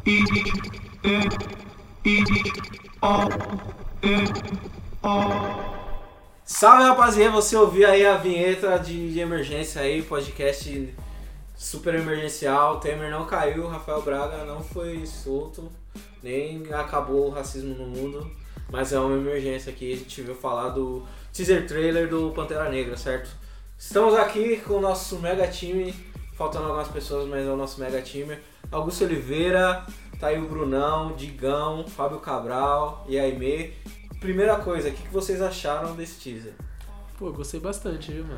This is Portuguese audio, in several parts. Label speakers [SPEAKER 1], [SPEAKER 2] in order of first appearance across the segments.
[SPEAKER 1] Salve, rapaziada, você ouviu aí a vinheta de emergência aí, podcast super emergencial. Temer não caiu, Rafael Braga não foi solto, nem acabou o racismo no mundo, mas é uma emergência aqui. A gente veio falar do teaser trailer do Pantera Negra, certo? Estamos aqui com o nosso mega time, faltando algumas pessoas, mas é o nosso mega time. Augusto Oliveira, tá aí o Brunão, Digão, Fábio Cabral e Aimee. Primeira coisa, o que vocês acharam desse teaser?
[SPEAKER 2] Pô, gostei bastante, viu, mano?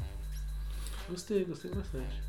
[SPEAKER 2] Gostei bastante.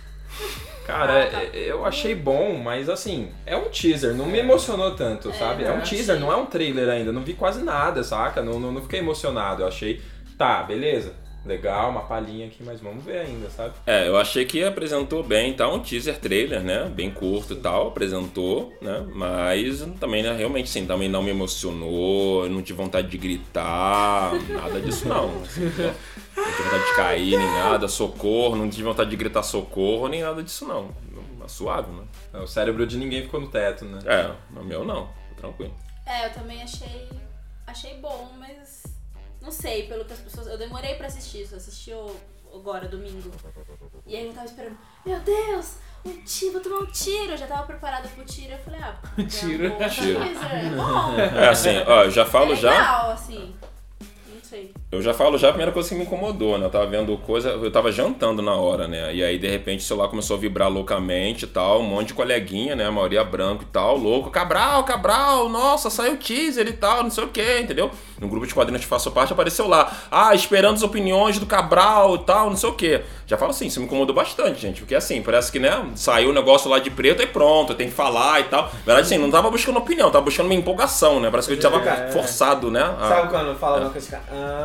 [SPEAKER 3] Cara, eu achei bom, mas assim, é um teaser, não me emocionou tanto, sabe? É um teaser, não é um trailer ainda, não vi quase nada, saca? Não fiquei emocionado, eu achei, tá, beleza, legal, uma palhinha aqui, mas vamos ver ainda, sabe?
[SPEAKER 4] Eu achei que apresentou bem, tá? Um teaser trailer, né? Bem curto e tal, apresentou, né? Mas também, né? Realmente, sim, também não me emocionou, não tive vontade de gritar, nada disso não. Assim, não tive vontade de cair, nem nada, socorro, não tive vontade de gritar socorro, nem nada disso não. Suave, né?
[SPEAKER 3] O cérebro de ninguém ficou no teto, né?
[SPEAKER 4] O meu não, tranquilo.
[SPEAKER 5] Eu também achei bom, mas não sei, pelo que as pessoas... Eu demorei pra assistir, só assisti agora, domingo. E aí eu tava esperando, meu Deus, vou tomar um tiro. Eu já tava preparada pro tiro, eu falei,
[SPEAKER 2] tiro.
[SPEAKER 5] É bom.
[SPEAKER 4] Assim, ó, eu já falo
[SPEAKER 5] legal, assim.
[SPEAKER 4] Eu já falo já a primeira coisa que me incomodou, né? Eu tava vendo coisa, eu tava jantando na hora, né? E aí, de repente, o celular começou a vibrar loucamente e tal, um monte de coleguinha, né? A maioria branco e tal, louco. Cabral, nossa, saiu teaser e tal, não sei o que, entendeu? No grupo de quadrinhos que faço parte, apareceu lá, esperando as opiniões do Cabral e tal, não sei o que. Já falo assim, isso me incomodou bastante, gente, porque assim, parece que, né, saiu o negócio lá de preto e pronto, tem que falar e tal. Na verdade, assim, não tava buscando opinião, tava buscando uma empolgação, né? Parece que eu tava forçado, né?
[SPEAKER 1] Sabe quando fala uma coisa,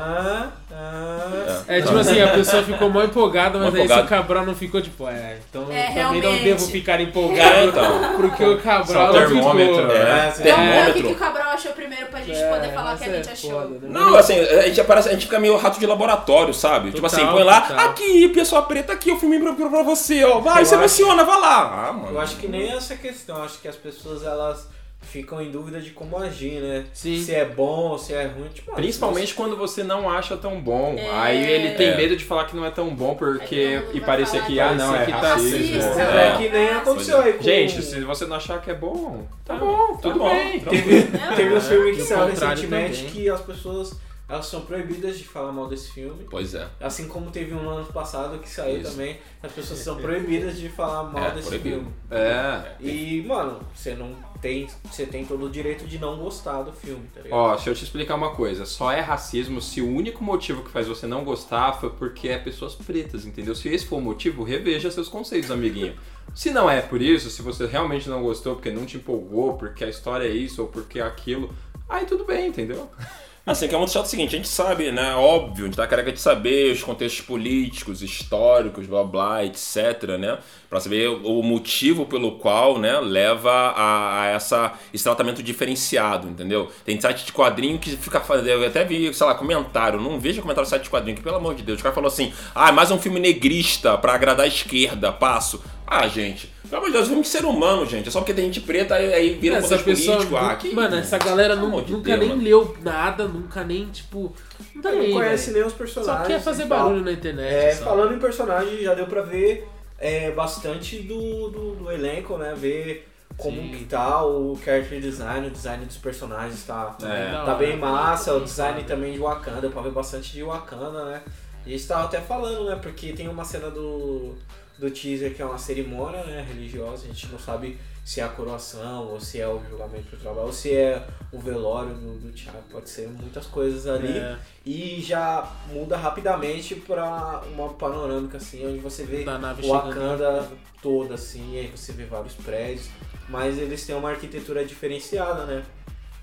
[SPEAKER 2] tipo assim, a pessoa ficou mó empolgada, mas aí se o Cabral não ficou tipo, então também não devo ficar empolgado, porque o Cabral
[SPEAKER 3] termômetro,
[SPEAKER 2] ficou...
[SPEAKER 5] Termômetro. O que o Cabral achou primeiro pra gente poder falar o que a gente achou.
[SPEAKER 2] Foda, né?
[SPEAKER 4] Não, assim, a gente fica meio rato de laboratório, sabe? Tipo assim, põe lá, aqui, pessoa preta, aqui, eu filmei pra você, ó. Vai, se emociona, vai lá. Mano.
[SPEAKER 1] Eu acho que nem essa questão, acho que as pessoas, elas ficam em dúvida de como agir, né?
[SPEAKER 2] Sim.
[SPEAKER 1] Se é bom, se é ruim, tipo...
[SPEAKER 3] Principalmente quando você não acha tão bom. Aí ele tem medo de falar que não é tão bom porque... E parecer que, não, é racismo.
[SPEAKER 1] Que nem aconteceu aí com...
[SPEAKER 3] Gente, se você não achar que é bom, tá bom, tudo bem.
[SPEAKER 1] Teve um filme que saiu recentemente que as pessoas... Elas são proibidas de falar mal desse filme.
[SPEAKER 4] Pois é.
[SPEAKER 1] Assim como teve um ano passado que saiu também, as pessoas são proibidas de falar mal desse filme. E, mano, você tem todo o direito de não gostar do filme, tá ligado?
[SPEAKER 3] Ó, deixa eu te explicar uma coisa. Só é racismo se o único motivo que faz você não gostar foi porque é pessoas pretas, entendeu? Se esse for o motivo, reveja seus conceitos, amiguinho. Se não é por isso, se você realmente não gostou porque não te empolgou, porque a história é isso ou porque é aquilo, aí tudo bem, entendeu?
[SPEAKER 4] Assim, que é muito chato o seguinte, a gente sabe, né, óbvio, a gente tá careca de saber os contextos políticos, históricos, blá blá, etc, né, pra saber o motivo pelo qual, né, leva a esse tratamento diferenciado, entendeu? Tem site de quadrinho que fica fazendo, eu até vi, sei lá, comentário, não vejo comentário no site de quadrinho, que pelo amor de Deus, o cara falou assim, mais um filme negrista pra agradar a esquerda, passo. Gente... Pelo amor de Deus, filme de ser humano, gente. É só porque tem gente preta, aí vira contexto político.
[SPEAKER 2] Essa galera nunca nem leu nada, nunca nem, tipo...
[SPEAKER 1] Não conhece nem os personagens.
[SPEAKER 2] Só quer fazer barulho na internet.
[SPEAKER 1] Falando em personagem, já deu pra ver bastante do elenco, né? Ver como que tá o character design, o design dos personagens tá bem massa. O design também de Wakanda, deu pra ver bastante de Wakanda, né? E eles estavam até falando, né? Porque tem uma cena do teaser que é uma cerimônia, né, religiosa, a gente não sabe se é a coroação, ou se é o julgamento pro trabalho, ou se é o velório do Thiago, pode ser muitas coisas ali, e já muda rapidamente pra uma panorâmica assim, onde você vê o Wakanda toda assim, e aí você vê vários prédios, mas eles têm uma arquitetura diferenciada, né?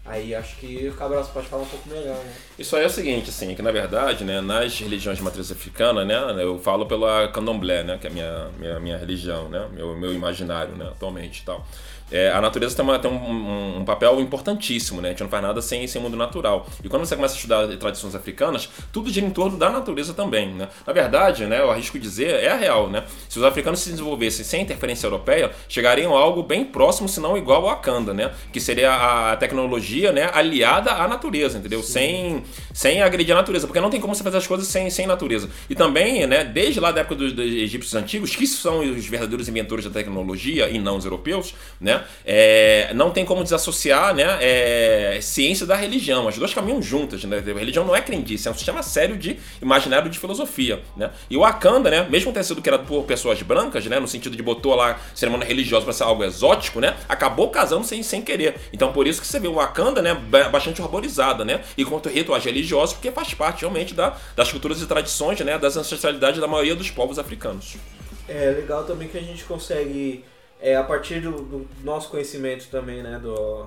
[SPEAKER 1] Aí acho que o Cabral pode falar um pouco melhor, né?
[SPEAKER 4] Isso aí é o seguinte, assim, que na verdade, né, nas religiões de matriz africana, né, eu falo pela candomblé, né, que é a minha religião, né, meu imaginário, né, atualmente e tal. A natureza tem um papel importantíssimo, né? A gente não faz nada sem mundo natural. E quando você começa a estudar tradições africanas, tudo gira em torno da natureza também, né? Na verdade, né, eu arrisco dizer, é a real, né? Se os africanos se desenvolvessem sem interferência europeia, chegariam a algo bem próximo, se não igual ao Wakanda, né? Que seria a tecnologia, né, aliada à natureza, entendeu? Sem agredir a natureza, porque não tem como você fazer as coisas sem natureza. E também, né, desde lá da época dos egípcios antigos, que são os verdadeiros inventores da tecnologia e não os europeus, né? Não tem como desassociar, né, ciência da religião. As duas caminham juntas, né? A religião não é crendice, é um sistema sério de imaginário de filosofia, né? E o Wakanda, né, mesmo tendo sido criado por pessoas brancas, né, no sentido de botou lá cerimônia religiosa para ser algo exótico, né, acabou casando sem querer. Então por isso que você vê o Wakanda, né, bastante arborizada, né, e quanto rituais religiosos, porque faz parte realmente das culturas e tradições, né, das ancestralidades da maioria dos povos africanos.
[SPEAKER 1] É legal também que a gente consegue a partir do nosso conhecimento também, né,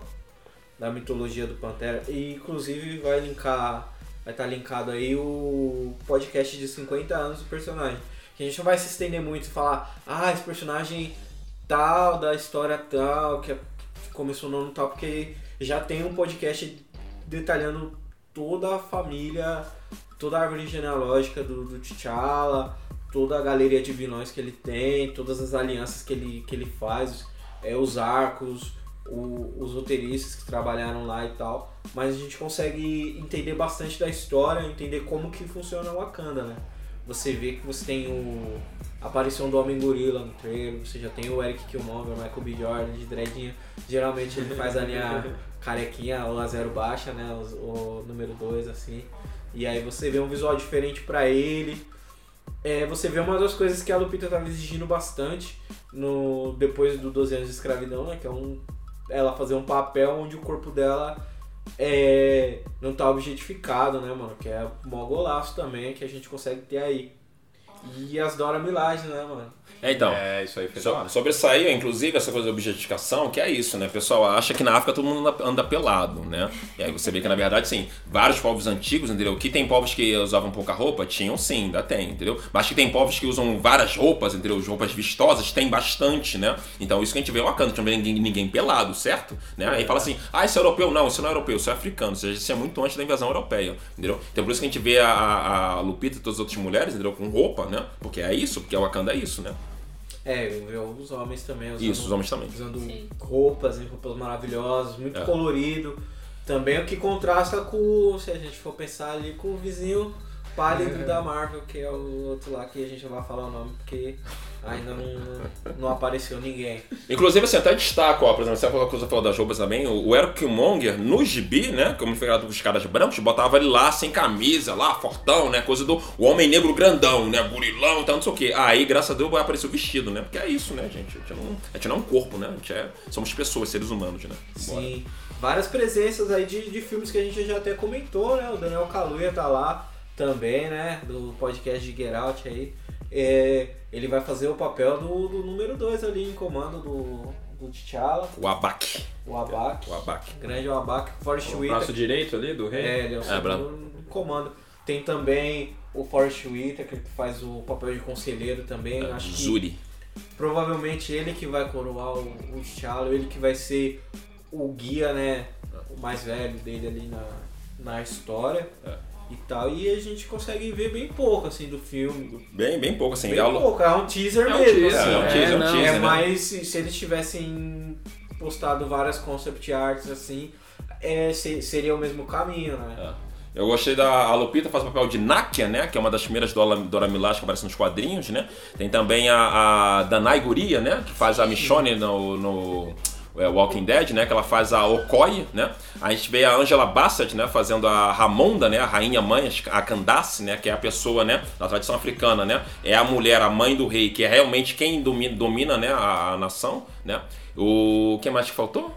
[SPEAKER 1] da mitologia do Pantera, e inclusive vai estar linkado aí o podcast de 50 anos do personagem, que a gente não vai se estender muito e falar, esse personagem tal, da história tal, que começou no ano tal, porque já tem um podcast detalhando toda a família, toda a árvore genealógica do T'Challa, toda a galeria de vilões que ele tem, todas as alianças que ele faz, os arcos, os roteiristas que trabalharam lá e tal. Mas a gente consegue entender bastante da história, entender como que funciona o Wakanda, né? Você vê que você tem a aparição do Homem-Gorila no trailer, você já tem o Eric Killmonger, o Michael B. Jordan de dreadinho. Geralmente ele faz ali a carequinha ou a zero baixa, né? O número 2, assim. E aí você vê um visual diferente pra ele. Você vê uma das coisas que a Lupita estava exigindo bastante depois do 12 anos de escravidão, né? Que é ela fazer um papel onde o corpo dela não tá objetificado, né, mano? Que é mó golaço também, que a gente consegue ter aí. E as Dora Milaje, né, mano?
[SPEAKER 4] Então,
[SPEAKER 3] isso aí
[SPEAKER 4] sobressaiu, inclusive, essa coisa de objetificação, que é isso, né? O pessoal acha que na África todo mundo anda pelado, né? E aí você vê que, na verdade, sim, vários povos antigos, entendeu? Que tem povos que usavam pouca roupa, tinham sim, ainda tem, entendeu? Mas que tem povos que usam várias roupas, entendeu? Roupas vistosas, tem bastante, né? Então isso que a gente vê é Wakanda, não vê ninguém pelado, certo? Né? Aí fala assim, isso é europeu? Não, isso não é europeu, isso é africano, ou seja, isso é muito antes da invasão europeia, entendeu? Então por isso que a gente vê a Lupita e todas as outras mulheres, entendeu? Com roupa, né? Porque é isso, porque a Wakanda é isso, né?
[SPEAKER 1] Os homens também
[SPEAKER 4] os homens também.
[SPEAKER 1] Usando roupas maravilhosas, muito colorido. Também o que contrasta com, se a gente for pensar ali, com o vizinho pálido da Marvel, que é o outro lá que a gente não vai falar o nome, porque ainda não apareceu ninguém.
[SPEAKER 4] Inclusive, assim, até destaco, por exemplo, você falou das roupas também, o Eric Killmonger, no gibi, né, como foi criado com os caras brancos, botava ele lá sem camisa, lá, fortão, né, coisa do homem negro grandão, né, burilão e tal, não sei o quê. Aí, graças a Deus, vai aparecer o vestido, né, porque é isso, né, gente, a gente não é um corpo, né, somos pessoas, seres humanos, né. Bora.
[SPEAKER 1] Sim, várias presenças aí de filmes que a gente já até comentou, né, o Daniel Kaluuya tá lá também, né, do podcast de Get Out aí. Ele vai fazer o papel do número 2 ali em comando do T'Challa.
[SPEAKER 4] O Abac.
[SPEAKER 1] Grande Abac. Forrest Whitaker.
[SPEAKER 3] O braço direito ali do rei.
[SPEAKER 1] Ele é o segundo comando. Tem também o Forrest Whitaker, que faz o papel de conselheiro também. Acho
[SPEAKER 4] Zuri.
[SPEAKER 1] Que provavelmente ele que vai coroar o T'Challa, ele que vai ser o guia, né, o mais velho dele ali na história. E tal, e a gente consegue ver bem pouco, assim, do filme.
[SPEAKER 4] Bem pouco, assim.
[SPEAKER 1] Bem pouco, é um teaser mesmo, assim.
[SPEAKER 4] É um teaser, né?
[SPEAKER 1] Mas se eles tivessem postado várias concept arts, assim, seria o mesmo caminho, né?
[SPEAKER 4] Eu gostei da Lupita, faz o papel de Nakia, né? Que é uma das primeiras Dora Milaje que aparece nos quadrinhos, né? Tem também a Danai Gurira, né? Que faz a Michonne no Walking Dead, né, que ela faz a Okoye, né, a gente vê a Angela Bassett, né, fazendo a Ramonda, né, a rainha mãe, a Candace, né, que é a pessoa, né, na tradição africana, né, é a mulher, a mãe do rei, que é realmente quem domina, né, a nação, né. O que mais que faltou?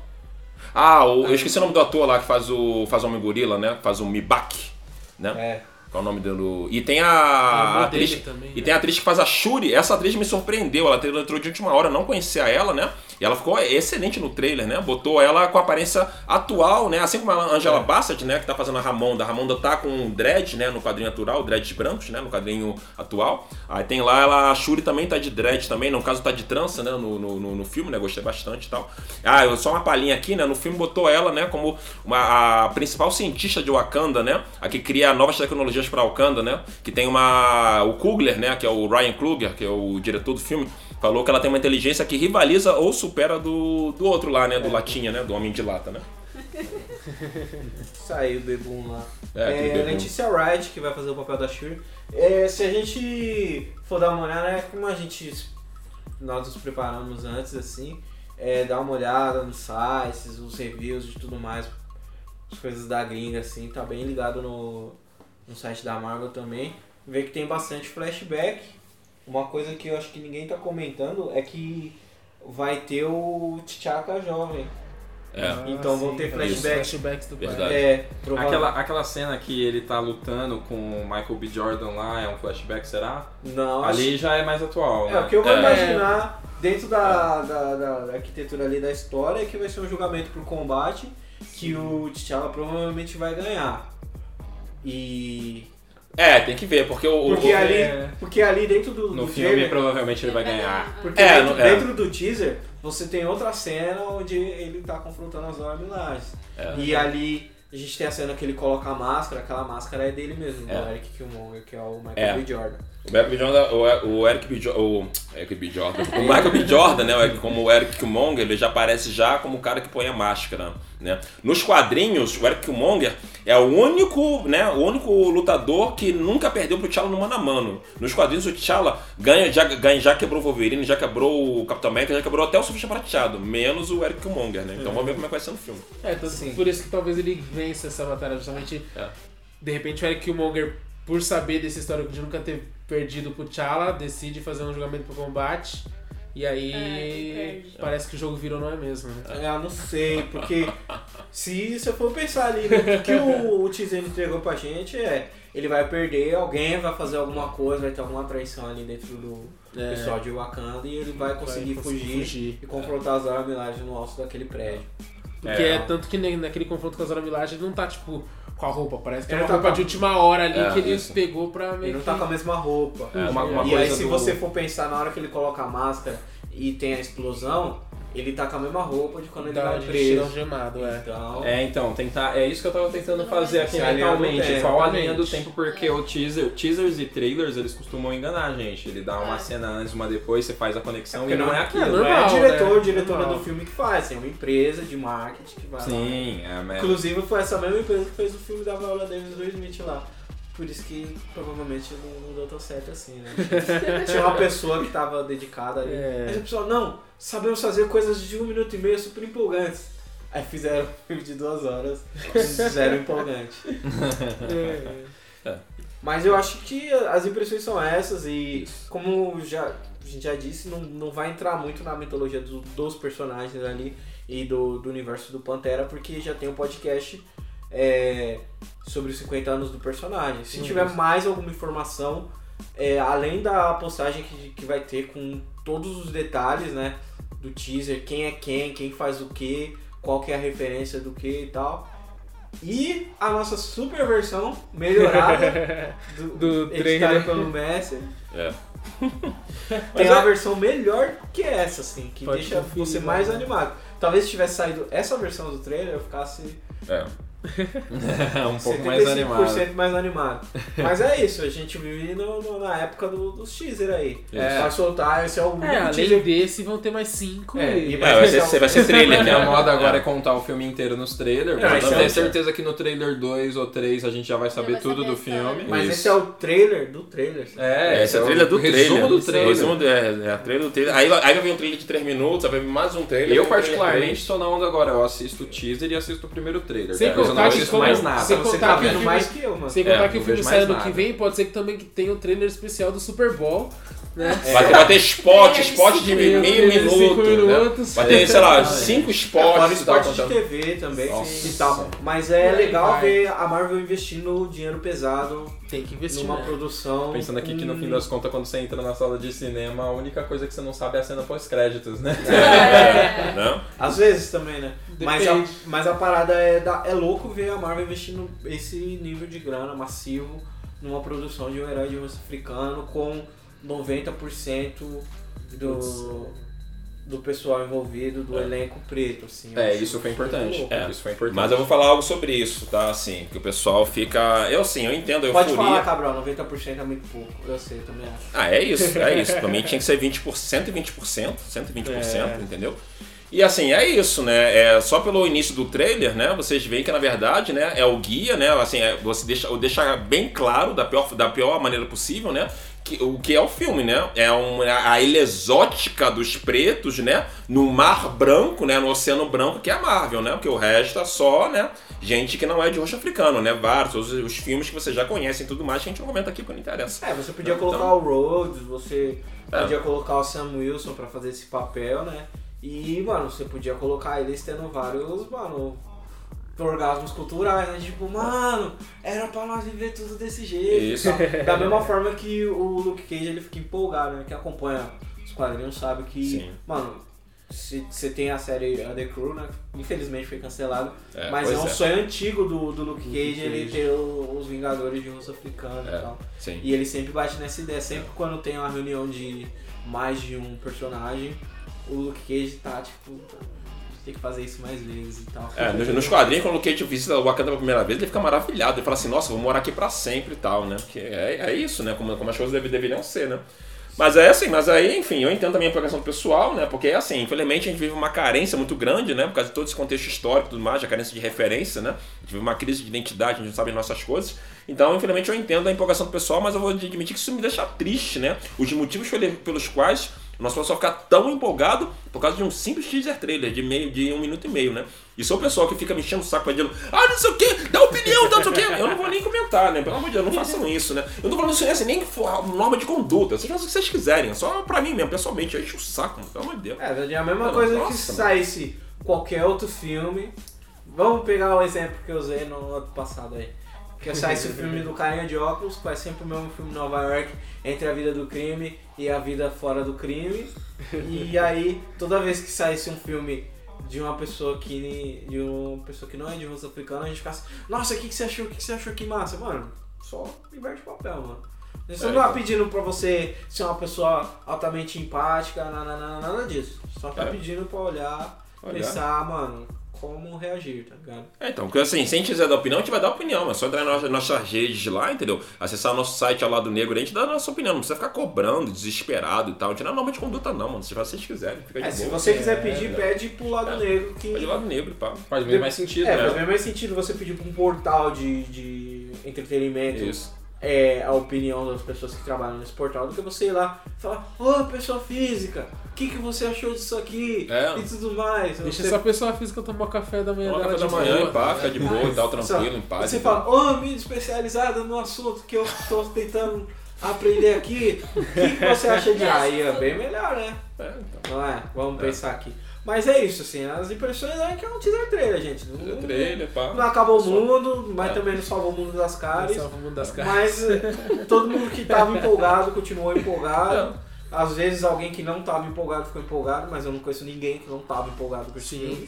[SPEAKER 4] Eu esqueci o nome do ator lá que faz o Homem-Gorila, né, que faz o Mibak, né. Qual é o nome dele? E tem a atriz também, e tem a atriz que faz a Shuri. Essa atriz me surpreendeu, ela entrou de última hora, não conhecia ela, né? E ela ficou excelente no trailer, né? Botou ela com a aparência atual, né? Assim como a Angela Bassett, né? Que tá fazendo a Ramonda. A Ramonda tá com dread, né? No quadrinho atual, dreads brancos, né? No quadrinho atual. Aí tem lá, a Shuri também tá de dread também. No caso tá de trança, né? No filme, né? Gostei bastante e tal. Só uma palhinha aqui, né? No filme botou ela, né? Como a principal cientista de Wakanda, né? A que cria novas tecnologias pra Wakanda, né? Que tem o Coogler, né? Que é o Ryan Coogler, que é o diretor do filme. Falou que ela tem uma inteligência que rivaliza ou supera do outro lá, né? Do Latinha, né? Do Homem de Lata, né?
[SPEAKER 1] Saiu o Bebum lá. Leticia Wright, que vai fazer o papel da Shuri. Se a gente for dar uma olhada, né? Como nós nos preparamos antes, assim, dar uma olhada nos sites, os reviews e tudo mais, as coisas da gringa, assim, tá bem ligado no site da Marvel também. Vê que tem bastante flashback. Uma coisa que eu acho que ninguém tá comentando é que vai ter o T'Chaka jovem. Então vão ter
[SPEAKER 2] flashbacks do
[SPEAKER 3] pai. Aquela cena que ele tá lutando com o Michael B. Jordan lá é um flashback, será?
[SPEAKER 1] Não.
[SPEAKER 3] Ali já é mais atual, né?
[SPEAKER 1] O que eu vou imaginar dentro da arquitetura ali da história é que vai ser um julgamento pro combate que o T'Challa provavelmente vai ganhar.
[SPEAKER 4] Tem que ver, porque
[SPEAKER 1] porque ali dentro do
[SPEAKER 3] filme trailer, provavelmente ele vai ganhar.
[SPEAKER 1] Porque dentro do teaser você tem outra cena onde ele tá confrontando as Zora Milaje. E ali a gente tem a cena que ele coloca a máscara, aquela máscara é dele mesmo, do Eric Killmonger, que é o Michael B. Jordan.
[SPEAKER 4] O Michael B. Jordan, o Michael B. Jordan, né, como o Eric Killmonger, ele já aparece já como o cara que põe a máscara, né? Nos quadrinhos, o Eric Killmonger é o único lutador que nunca perdeu pro T'Challa no mano a mano. Nos quadrinhos o T'Challa já quebrou o Wolverine, já quebrou o Capitão América, já quebrou até o Surfista Prateado, menos o Eric Killmonger, né? Então vamos ver como é que vai ser no filme.
[SPEAKER 2] Por isso que talvez ele vença essa batalha, justamente. De repente o Eric Killmonger, por saber desse histórico de nunca ter perdido pro T'Challa, decide fazer um julgamento pro combate. E aí parece que o jogo virou, não é mesmo, né?
[SPEAKER 1] Eu não sei, porque se você for pensar ali, né, o que o teaser entregou pra gente ele vai perder, alguém vai fazer alguma coisa, vai ter alguma traição ali dentro do pessoal de Wakanda e ele vai conseguir fugir e confrontar as Zora Milaje no alto daquele prédio.
[SPEAKER 2] Porque tanto que naquele confronto com as Zora Milaje ele não tá tipo com a roupa, parece que é uma roupa de última hora ali que ele pegou pra meio.
[SPEAKER 1] Ele não tá com a mesma roupa. E aí se você for pensar na hora que ele coloca a máscara e tem a explosão, ele tá com a mesma roupa de quando ele vai preso.
[SPEAKER 2] Algemado,
[SPEAKER 3] Então, tentar. É isso que eu tava tentando fazer aqui mentalmente. Qual a linha do tempo, porque o teasers e trailers, eles costumam enganar a gente. Ele dá uma cena antes, uma depois, você faz a conexão e não é aquilo.
[SPEAKER 1] Não é diretora do filme que faz, é uma empresa de marketing que vai lá. Inclusive foi essa mesma empresa que fez o filme da Viola Davis do Smith lá. Por isso que provavelmente não deu tão certo assim, né? Tinha uma pessoa que tava dedicada ali. Mas o pessoal, não, sabemos fazer coisas de 1 minuto e meio super empolgantes. Aí fizeram um filme de 2 horas, zero empolgante. Mas eu acho que as impressões são essas e como a gente já disse, não vai entrar muito na mitologia dos personagens ali e do universo do Pantera, porque já tem um podcast sobre os 50 anos do personagem. Se tiver mais alguma informação, além da postagem que vai ter com todos os detalhes, né, do teaser, quem é quem faz o que, qual que é a referência do que e tal. E a nossa super versão melhorada do trailer pelo Messi. Tem uma versão melhor que essa, assim, que deixa você mais animado. Talvez se tivesse saído essa versão do trailer, eu ficasse
[SPEAKER 3] um pouco mais animado.
[SPEAKER 1] 75% mais animado. Mas é isso, a gente vive na época dos teaser aí. Vai soltar, esse é o
[SPEAKER 2] além
[SPEAKER 1] teaser.
[SPEAKER 2] Desse vão ter mais 5.
[SPEAKER 4] Vai ser trailer,
[SPEAKER 3] que a moda agora é contar o filme inteiro nos trailers. Mas eu tenho certeza que no trailer 2 ou 3 a gente já vai saber tudo do filme.
[SPEAKER 1] Mas esse é o trailer do trailer.
[SPEAKER 4] Esse é o trailer do trailer.
[SPEAKER 3] Resumo do trailer.
[SPEAKER 4] Trailer do trailer. Aí vai vir um trailer de 3 minutos, aí vai vir mais um trailer.
[SPEAKER 3] Eu particularmente estou na onda agora, eu assisto o teaser e assisto o primeiro trailer.
[SPEAKER 2] Sem contar
[SPEAKER 3] não assisto mais nada.
[SPEAKER 2] Sem contar que o filme,
[SPEAKER 1] mais que eu, mano.
[SPEAKER 2] Sem contar que o filme sai ano que vem, pode ser que também tenha um trailer especial do Super Bowl né?
[SPEAKER 4] Vai ter spot de meio minuto. Né? Vai ter, sei lá, 5 spots.
[SPEAKER 1] Spot de TV também e tal. Mas é legal ver a Marvel investindo dinheiro pesado.
[SPEAKER 2] Tem que investir
[SPEAKER 1] numa produção.
[SPEAKER 3] Pensando aqui que no fim das contas, quando você entra na sala de cinema, a única coisa que você não sabe é a cena pós-créditos, né?
[SPEAKER 4] Não?
[SPEAKER 1] Às vezes também, né? Mas a parada é louco ver a Marvel investindo esse nível de grana massivo numa produção de um herói de rosto africano com 90% do pessoal envolvido, do elenco preto, assim.
[SPEAKER 3] Isso foi importante. Isso foi importante.
[SPEAKER 4] Mas eu vou falar algo sobre isso, tá? Assim, que o pessoal fica... Eu entendo a euforia.
[SPEAKER 1] Pode falar, Cabral, 90% é muito pouco. Eu sei, também acho.
[SPEAKER 4] É isso. Pra mim tinha que ser 120%, entendeu? E assim, é isso, né? Só pelo início do trailer, né? Vocês veem que na verdade, né? É o guia, né? Assim, você deixa bem claro da pior maneira possível, né? O que é o filme, né? É a ilha exótica dos pretos, né? No mar branco, né? No oceano branco, que é a Marvel, né? Porque o resto é só, né? Gente que não é de rosto africano, né? Vários, os filmes que vocês já conhecem e tudo mais, que a gente não comenta aqui porque não interessa.
[SPEAKER 1] Você podia colocar o Rhodes, você podia colocar o Sam Wilson pra fazer esse papel, né? E, mano, você podia colocar eles tendo vários, orgasmos culturais, né? Tipo, mano, era pra nós viver tudo desse jeito.
[SPEAKER 4] Isso.
[SPEAKER 1] Da mesma forma que o Luke Cage, ele fica empolgado, né? Quem acompanha os quadrinhos sabe que, mano, você tem a série The Crew, né? Infelizmente foi cancelado. Mas é um sonho antigo do Luke Cage, ele ter os Vingadores de rosto africano e tal.
[SPEAKER 4] Sim.
[SPEAKER 1] E ele sempre bate nessa ideia. Sempre quando tem uma reunião de mais de um personagem, o Luke Cage tá, tipo, tem que fazer isso mais vezes e tal.
[SPEAKER 4] Nos quadrinhos, quando o Luke Cage visita o Wakanda pela primeira vez, ele fica maravilhado. Ele fala assim, nossa, vou morar aqui pra sempre e tal, né? Porque é isso, né? Como as coisas deveriam ser, né? Mas aí, enfim, eu entendo também a preocupação pessoal, né? Porque assim, infelizmente a gente vive uma carência muito grande, né? Por causa de todo esse contexto histórico e tudo mais, a carência de referência, né? A gente vive uma crise de identidade, a gente não sabe nossas coisas. Então, infelizmente, eu entendo a empolgação do pessoal, mas eu vou admitir que isso me deixa triste, né? Os motivos pelos quais o nosso pessoal fica tão empolgado por causa de um simples teaser trailer de 1 minuto e meio, né? E se o pessoal que fica me enchendo o saco dizendo, não sei o que, dá opinião, não sei o que, eu não vou nem comentar, né? Pelo amor de Deus, não façam isso, né? Eu não tô falando isso assim, nem norma de conduta, vocês fazem o que vocês quiserem, só pra mim mesmo, pessoalmente, eu encho o saco, pelo amor de Deus.
[SPEAKER 1] É a mesma coisa que saísse qualquer outro filme. Vamos pegar o exemplo que eu usei no ano passado aí. Que saísse o filme do Carinha de Óculos, que faz sempre o mesmo filme em Nova York, entre a vida do crime e a vida fora do crime. E aí, toda vez que saísse um filme de uma pessoa que não é de rosto africano, a gente ficasse, nossa, o que você achou? O que você achou que massa? Mano, só inverte o papel, mano. Você não tá pedindo pra você ser uma pessoa altamente empática, nada disso. Só tá pedindo pra olhar, pensar, mano, como reagir, tá ligado?
[SPEAKER 4] Então, porque assim, se a gente quiser dar opinião, a gente vai dar opinião, mas só entrar nas nossas redes lá, entendeu? Acessar o nosso site ao lado negro, a gente dá a nossa opinião, não precisa ficar cobrando, desesperado e tal, não tinha norma de conduta não, mano, se vocês quiserem, fica de boa.
[SPEAKER 1] Se você quiser pedir, pede pro lado negro. Que...
[SPEAKER 4] Pede lado negro, pá.
[SPEAKER 3] Faz bem mais sentido,
[SPEAKER 1] né? Faz bem mais sentido você pedir pra um portal de entretenimento.
[SPEAKER 4] Isso.
[SPEAKER 1] A opinião das pessoas que trabalham nesse portal do que você ir lá e falar, pessoa física, o que você achou disso aqui? E tudo mais.
[SPEAKER 2] Deixa essa pessoa física tomar café da manhã.
[SPEAKER 4] Tomar café da manhã, em paz, fica de boa e tal, tranquilo, em paz.
[SPEAKER 1] Você fala, mídia especializada no assunto que eu tô tentando aprender aqui, o que você acha de aí? É bem melhor, né?
[SPEAKER 4] Então.
[SPEAKER 1] Não é? Vamos pensar aqui. Mas é isso, assim, as impressões é que é um teaser trailer, gente. Não acabou o mundo, mas também não salvou o mundo das caras. Mas todo mundo que tava empolgado continuou empolgado. Às vezes alguém que não tava empolgado ficou empolgado, mas eu não conheço ninguém que não tava empolgado com esse filme.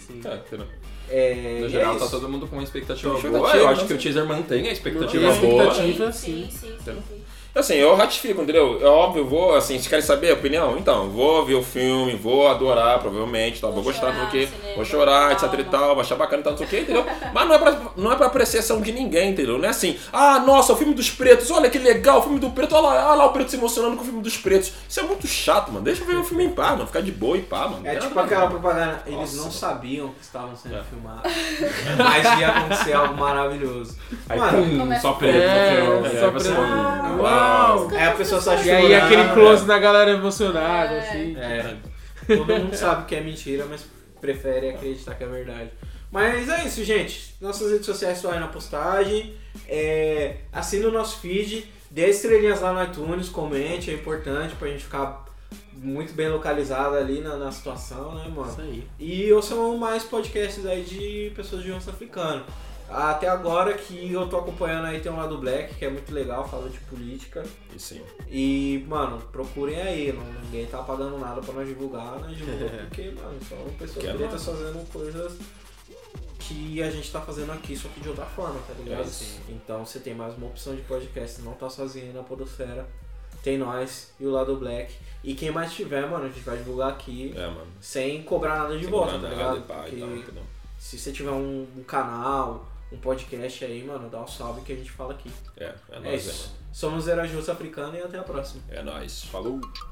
[SPEAKER 3] No geral, tá todo mundo com uma expectativa boa. Eu acho que o teaser mantém a expectativa boa.
[SPEAKER 5] Sim.
[SPEAKER 4] Assim, eu ratifico, entendeu? É óbvio, eu vou, assim, vocês querem saber a opinião? Então, vou ver o filme, vou adorar, provavelmente, tá? Vou gostar, porque vou chorar, etc e tal, vou achar bacana e tal, não sei o que, entendeu? Mas não é pra apreciação de ninguém, entendeu? Não é assim, nossa, o filme dos pretos, olha que legal, o filme do preto, olha lá o preto se emocionando com o filme dos pretos. Isso é muito chato, mano. Deixa eu ver o filme em paz, mano, ficar de boa e pá, mano.
[SPEAKER 1] É tipo aquela propaganda, eles não sabiam que estavam sendo filmados, mas ia acontecer algo maravilhoso.
[SPEAKER 3] Aí, pum, só preto no filme.
[SPEAKER 2] Uau!
[SPEAKER 1] Aí a pessoa só chorando.
[SPEAKER 2] E aí aquele close na galera emocionada, assim.
[SPEAKER 1] Todo mundo sabe que é mentira, mas prefere acreditar que é verdade. Mas é isso, gente. Nossas redes sociais estão aí na postagem. Assine o nosso feed, dê estrelinhas lá no iTunes, comente, é importante pra gente ficar muito bem localizado ali na situação, né, mano?
[SPEAKER 2] Isso aí.
[SPEAKER 1] E ouçam mais podcasts aí de pessoas de rosto africano. Até agora que eu tô acompanhando aí tem um lado Black, que é muito legal, fala de política.
[SPEAKER 4] E sim.
[SPEAKER 1] E, mano, procurem aí, ninguém tá pagando nada pra nós divulgar, né? Porque, mano, são pessoas pretas fazendo coisas que a gente tá fazendo aqui, só que de outra forma, tá ligado? Então você tem mais uma opção de podcast, não tá sozinho aí na podosfera. Tem nós e o lado Black. E quem mais tiver, mano, a gente vai divulgar aqui sem cobrar nada de volta, tá ligado? Porque se você tiver um canal, um podcast aí, mano, dá um salve que a gente fala aqui.
[SPEAKER 4] É nóis,
[SPEAKER 1] isso. Somos Era Justo Africano e até a próxima.
[SPEAKER 4] É nóis. Falou!